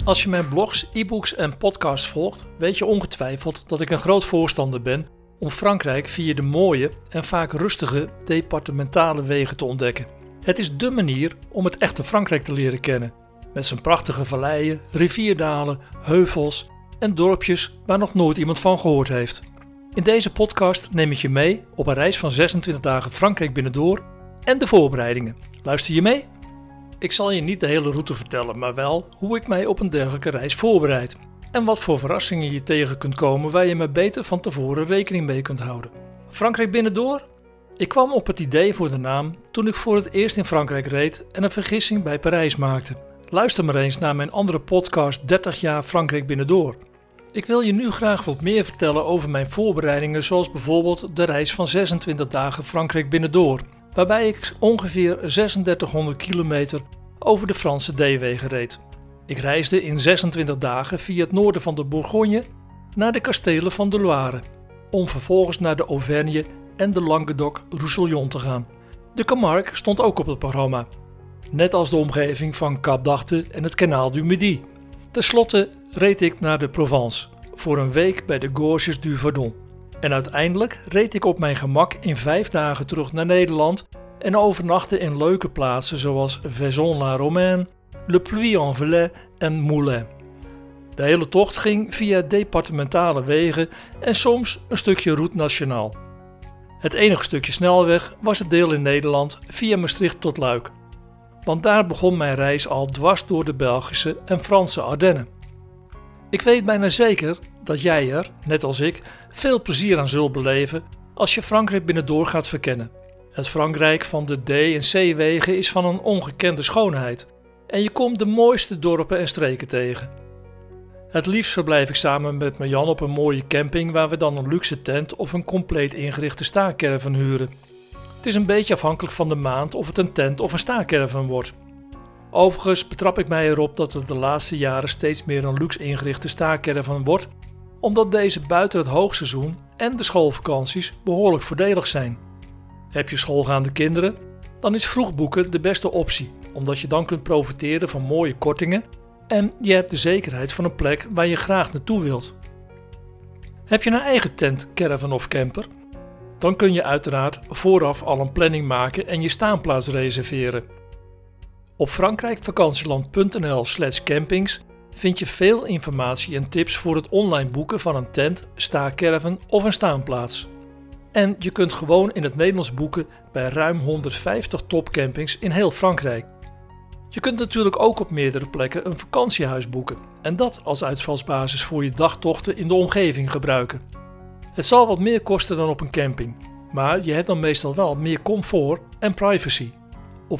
Als je mijn blogs, e-books en podcasts volgt, weet je ongetwijfeld dat ik een groot voorstander ben om Frankrijk via de mooie en vaak rustige departementale wegen te ontdekken. Het is dé manier om het echte Frankrijk te leren kennen, met zijn prachtige valleien, rivierdalen, heuvels en dorpjes waar nog nooit iemand van gehoord heeft. In deze podcast neem ik je mee op een reis van 26 dagen Frankrijk binnendoor en de voorbereidingen. Luister je mee? Ik zal je niet de hele route vertellen, maar wel hoe ik mij op een dergelijke reis voorbereid. En wat voor verrassingen je tegen kunt komen waar je maar beter van tevoren rekening mee kunt houden. Frankrijk binnendoor? Ik kwam op het idee voor de naam toen ik voor het eerst in Frankrijk reed en een vergissing bij Parijs maakte. Luister maar eens naar mijn andere podcast 30 jaar Frankrijk binnendoor. Ik wil je nu graag wat meer vertellen over mijn voorbereidingen, zoals bijvoorbeeld de reis van 26 dagen Frankrijk binnendoor, waarbij ik ongeveer 3600 kilometer over de Franse D-wegen reed. Ik reisde in 26 dagen via het noorden van de Bourgogne naar de kastelen van de Loire, om vervolgens naar de Auvergne en de Languedoc-Roussillon te gaan. De Camargue stond ook op het programma, net als de omgeving van Cap d'Agde en het Canal du Midi. Ten slotte reed ik naar de Provence voor een week bij de Gorges du Verdon. En uiteindelijk reed ik op mijn gemak in 5 dagen terug naar Nederland en overnachtte in leuke plaatsen zoals Vaison-la-Romaine, Le Puy-en-Velay en Moulins. De hele tocht ging via departementale wegen en soms een stukje route nationaal. Het enige stukje snelweg was het deel in Nederland via Maastricht tot Luik. Want daar begon mijn reis al dwars door de Belgische en Franse Ardennen. Ik weet bijna zeker dat jij er, net als ik, veel plezier aan zult beleven als je Frankrijk binnendoor gaat verkennen. Het Frankrijk van de D- en C-wegen is van een ongekende schoonheid en je komt de mooiste dorpen en streken tegen. Het liefst verblijf ik samen met Marjan op een mooie camping waar we dan een luxe tent of een compleet ingerichte staakerven huren. Het is een beetje afhankelijk van de maand of het een tent of een staakerven wordt. Overigens betrap ik mij erop dat het de laatste jaren steeds meer een luxe ingerichte staakerven wordt, omdat deze buiten het hoogseizoen en de schoolvakanties behoorlijk voordelig zijn. Heb je schoolgaande kinderen? Dan is vroegboeken de beste optie, omdat je dan kunt profiteren van mooie kortingen en je hebt de zekerheid van een plek waar je graag naartoe wilt. Heb je een eigen tent, caravan of camper? Dan kun je uiteraard vooraf al een planning maken en je staanplaats reserveren. Op frankrijkvakantieland.nl/campings vind je veel informatie en tips voor het online boeken van een tent, staakerven of een staanplaats. En je kunt gewoon in het Nederlands boeken bij ruim 150 topcampings in heel Frankrijk. Je kunt natuurlijk ook op meerdere plekken een vakantiehuis boeken en dat als uitvalsbasis voor je dagtochten in de omgeving gebruiken. Het zal wat meer kosten dan op een camping, maar je hebt dan meestal wel meer comfort en privacy. Op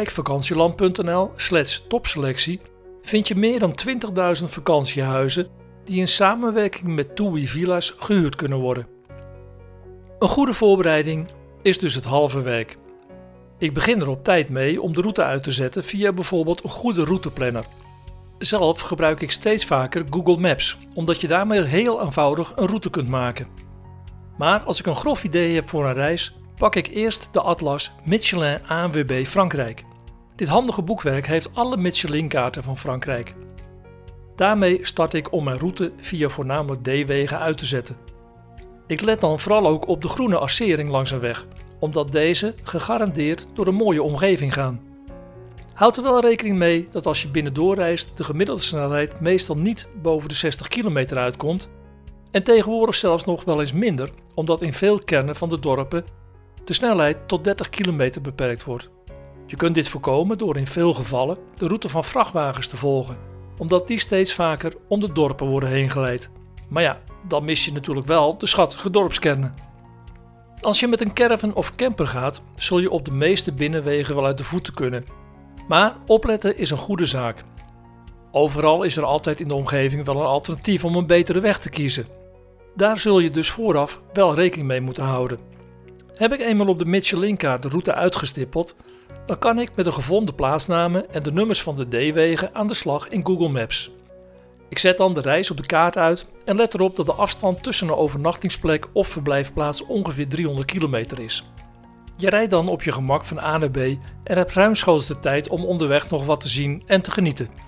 frankrijkvakantieland.nl/topselectie vind je meer dan 20.000 vakantiehuizen die in samenwerking met TUI Villa's gehuurd kunnen worden. Een goede voorbereiding is dus het halve werk. Ik begin er op tijd mee om de route uit te zetten via bijvoorbeeld een goede routeplanner. Zelf gebruik ik steeds vaker Google Maps, omdat je daarmee heel eenvoudig een route kunt maken. Maar als ik een grof idee heb voor een reis, pak ik eerst de atlas Michelin ANWB Frankrijk. Dit handige boekwerk heeft alle Michelin-kaarten van Frankrijk. Daarmee start ik om mijn route via voornamelijk D-wegen uit te zetten. Ik let dan vooral ook op de groene arcering langs een weg, omdat deze gegarandeerd door een mooie omgeving gaan. Houd er wel rekening mee dat als je binnendoor reist de gemiddelde snelheid meestal niet boven de 60 km uitkomt en tegenwoordig zelfs nog wel eens minder, omdat in veel kernen van de dorpen de snelheid tot 30 km beperkt wordt. Je kunt dit voorkomen door in veel gevallen de route van vrachtwagens te volgen, omdat die steeds vaker om de dorpen worden heen geleid. Maar ja, dan mis je natuurlijk wel de schattige dorpskernen. Als je met een caravan of camper gaat, zul je op de meeste binnenwegen wel uit de voeten kunnen. Maar opletten is een goede zaak. Overal is er altijd in de omgeving wel een alternatief om een betere weg te kiezen. Daar zul je dus vooraf wel rekening mee moeten houden. Heb ik eenmaal op de Michelin-kaart de route uitgestippeld, dan kan ik met de gevonden plaatsnamen en de nummers van de D-wegen aan de slag in Google Maps. Ik zet dan de reis op de kaart uit en let erop dat de afstand tussen een overnachtingsplek of verblijfplaats ongeveer 300 kilometer is. Je rijdt dan op je gemak van A naar B en hebt ruimschoots de tijd om onderweg nog wat te zien en te genieten.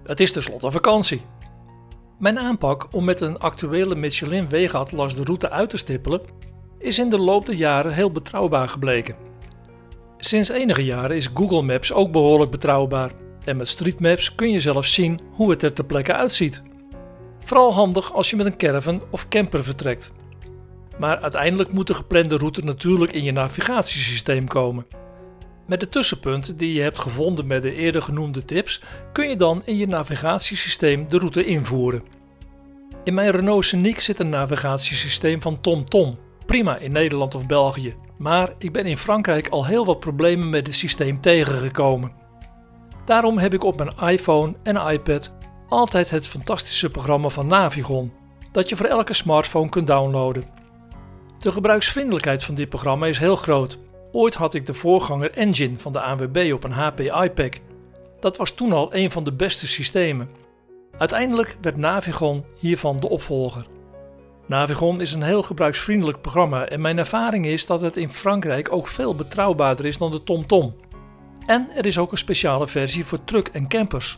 Het is tenslotte vakantie. Mijn aanpak om met een actuele Michelin wegenatlas de route uit te stippelen is in de loop der jaren heel betrouwbaar gebleken. Sinds enige jaren is Google Maps ook behoorlijk betrouwbaar en met Street Maps kun je zelfs zien hoe het er ter plekke uitziet. Vooral handig als je met een caravan of camper vertrekt. Maar uiteindelijk moet de geplande route natuurlijk in je navigatiesysteem komen. Met de tussenpunten die je hebt gevonden met de eerder genoemde tips kun je dan in je navigatiesysteem de route invoeren. In mijn Renault Scenic zit een navigatiesysteem van TomTom. Prima in Nederland of België, maar ik ben in Frankrijk al heel wat problemen met het systeem tegengekomen. Daarom heb ik op mijn iPhone en iPad altijd het fantastische programma van Navigon, dat je voor elke smartphone kunt downloaden. De gebruiksvriendelijkheid van dit programma is heel groot. Ooit had ik de voorganger Engine van de ANWB op een HP iPac. Dat was toen al een van de beste systemen. Uiteindelijk werd Navigon hiervan de opvolger. Navigon is een heel gebruiksvriendelijk programma en mijn ervaring is dat het in Frankrijk ook veel betrouwbaarder is dan de TomTom. En er is ook een speciale versie voor truck en campers.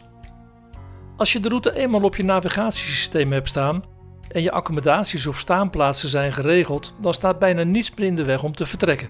Als je de route eenmaal op je navigatiesysteem hebt staan en je accommodaties of staanplaatsen zijn geregeld, dan staat bijna niets meer in de weg om te vertrekken.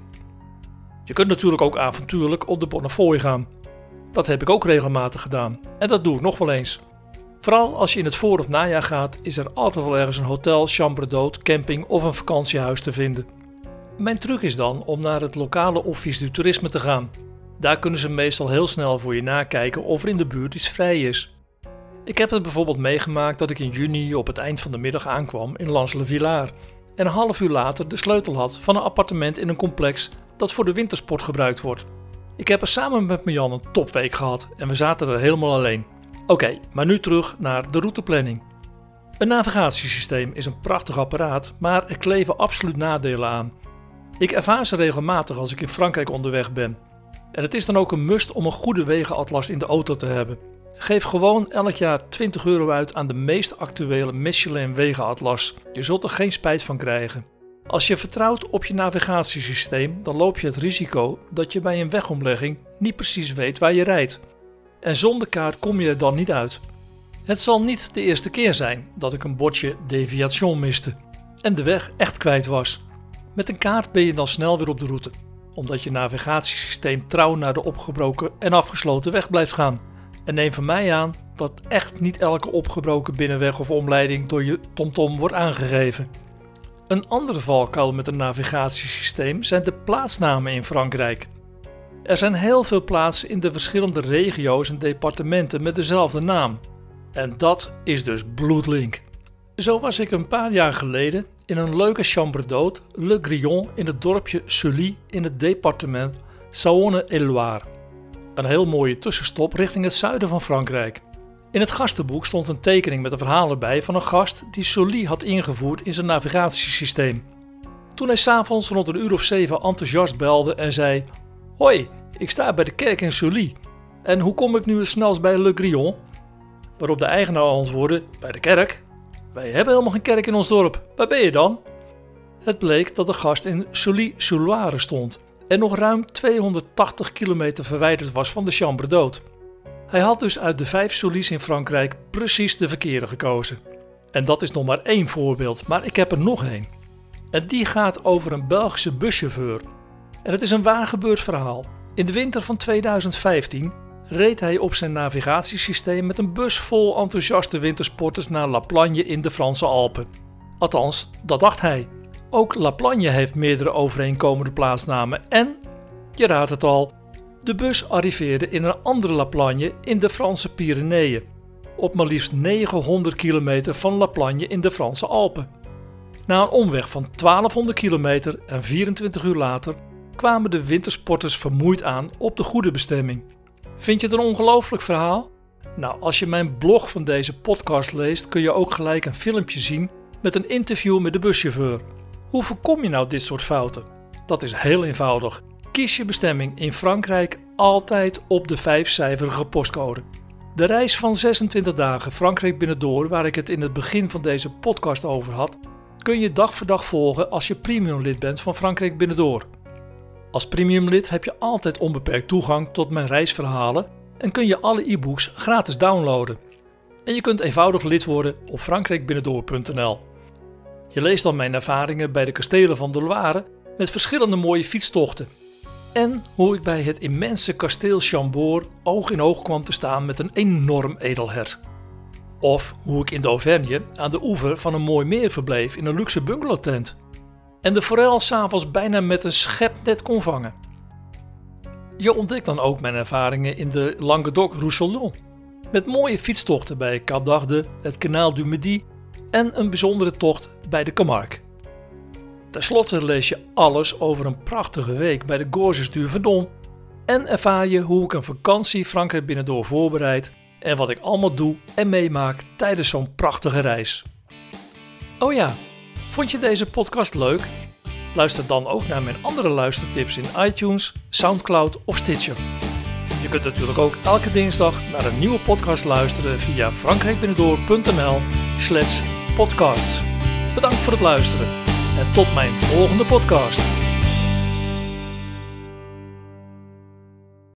Je kunt natuurlijk ook avontuurlijk op de Bonnefoy gaan. Dat heb ik ook regelmatig gedaan en dat doe ik nog wel eens. Vooral als je in het voor- of najaar gaat, is er altijd wel ergens een hotel, chambre d'hôte, camping of een vakantiehuis te vinden. Mijn truc is dan om naar het lokale office du toerisme te gaan. Daar kunnen ze meestal heel snel voor je nakijken of er in de buurt iets vrij is. Ik heb het bijvoorbeeld meegemaakt dat ik in juni op het eind van de middag aankwam in Lans-le-Villard en een half uur later de sleutel had van een appartement in een complex dat voor de wintersport gebruikt wordt. Ik heb er samen met Marjan een topweek gehad en we zaten er helemaal alleen. Oké, maar nu terug naar de routeplanning. Een navigatiesysteem is een prachtig apparaat, maar er kleven absoluut nadelen aan. Ik ervaar ze regelmatig als ik in Frankrijk onderweg ben. En het is dan ook een must om een goede wegenatlas in de auto te hebben. Geef gewoon elk jaar €20 uit aan de meest actuele Michelin wegenatlas. Je zult er geen spijt van krijgen. Als je vertrouwt op je navigatiesysteem, dan loop je het risico dat je bij een wegomlegging niet precies weet waar je rijdt. En zonder kaart kom je er dan niet uit. Het zal niet de eerste keer zijn dat ik een bordje déviation miste en de weg echt kwijt was. Met een kaart ben je dan snel weer op de route, omdat je navigatiesysteem trouw naar de opgebroken en afgesloten weg blijft gaan. En neem van mij aan dat echt niet elke opgebroken binnenweg of omleiding door je TomTom wordt aangegeven. Een andere valkuil met een navigatiesysteem zijn de plaatsnamen in Frankrijk. Er zijn heel veel plaatsen in de verschillende regio's en departementen met dezelfde naam. En dat is dus bloedlink. Zo was ik een paar jaar geleden in een leuke chambre d'hôte Le Grillon in het dorpje Sully in het departement Saône-et-Loire. Een heel mooie tussenstop richting het zuiden van Frankrijk. In het gastenboek stond een tekening met een verhaal erbij van een gast die Sully had ingevoerd in zijn navigatiesysteem. Toen hij 's avonds rond een uur of 7 enthousiast belde en zei: "Hoi, ik sta bij de kerk in Sully. En hoe kom ik nu het snelst bij Le Grillon?" Waarop de eigenaar antwoordde: "Bij de kerk? Wij hebben helemaal geen kerk in ons dorp. Waar ben je dan?" Het bleek dat de gast in Sully-sur-Loire stond en nog ruim 280 kilometer verwijderd was van de chambre d'hôte. Hij had dus uit de 5 Sullys in Frankrijk precies de verkeerde gekozen. En dat is nog maar één voorbeeld, maar ik heb er nog één. En die gaat over een Belgische buschauffeur. En het is een waar gebeurd verhaal. In de winter van 2015 reed hij op zijn navigatiesysteem met een bus vol enthousiaste wintersporters naar La Plagne in de Franse Alpen. Althans, dat dacht hij. Ook La Plagne heeft meerdere overeenkomende plaatsnamen en, je raadt het al, de bus arriveerde in een andere La Plagne in de Franse Pyreneeën, op maar liefst 900 kilometer van La Plagne in de Franse Alpen. Na een omweg van 1200 kilometer en 24 uur later kwamen de wintersporters vermoeid aan op de goede bestemming. Vind je het een ongelooflijk verhaal? Nou, als je mijn blog van deze podcast leest, kun je ook gelijk een filmpje zien met een interview met de buschauffeur. Hoe voorkom je nou dit soort fouten? Dat is heel eenvoudig. Kies je bestemming in Frankrijk altijd op de 5-cijferige postcode. De reis van 26 dagen Frankrijk binnendoor, waar ik het in het begin van deze podcast over had, kun je dag voor dag volgen als je premiumlid bent van Frankrijk binnendoor. Als premiumlid heb je altijd onbeperkt toegang tot mijn reisverhalen en kun je alle e-books gratis downloaden. En je kunt eenvoudig lid worden op frankrijkbinnendoor.nl. Je leest dan mijn ervaringen bij de kastelen van de Loire met verschillende mooie fietstochten. En hoe ik bij het immense kasteel Chambord oog in oog kwam te staan met een enorm edelhert. Of hoe ik in de Auvergne aan de oever van een mooi meer verbleef in een luxe bungalowtent. En de forel 's avonds bijna met een schepnet kon vangen. Je ontdekt dan ook mijn ervaringen in de Languedoc-Roussillon. Met mooie fietstochten bij Cap d'Agde, het Canal du Midi en een bijzondere tocht bij de Camargue. Ten slotte lees je alles over een prachtige week bij de Gorges du Verdon en ervaar je hoe ik een vakantie Frankrijk binnendoor voorbereid en wat ik allemaal doe en meemaak tijdens zo'n prachtige reis. Oh ja, vond je deze podcast leuk? Luister dan ook naar mijn andere luistertips in iTunes, Soundcloud of Stitcher. Je kunt natuurlijk ook elke dinsdag naar een nieuwe podcast luisteren via frankrijkbinnendoor.nl/podcasts. Bedankt voor het luisteren en tot mijn volgende podcast.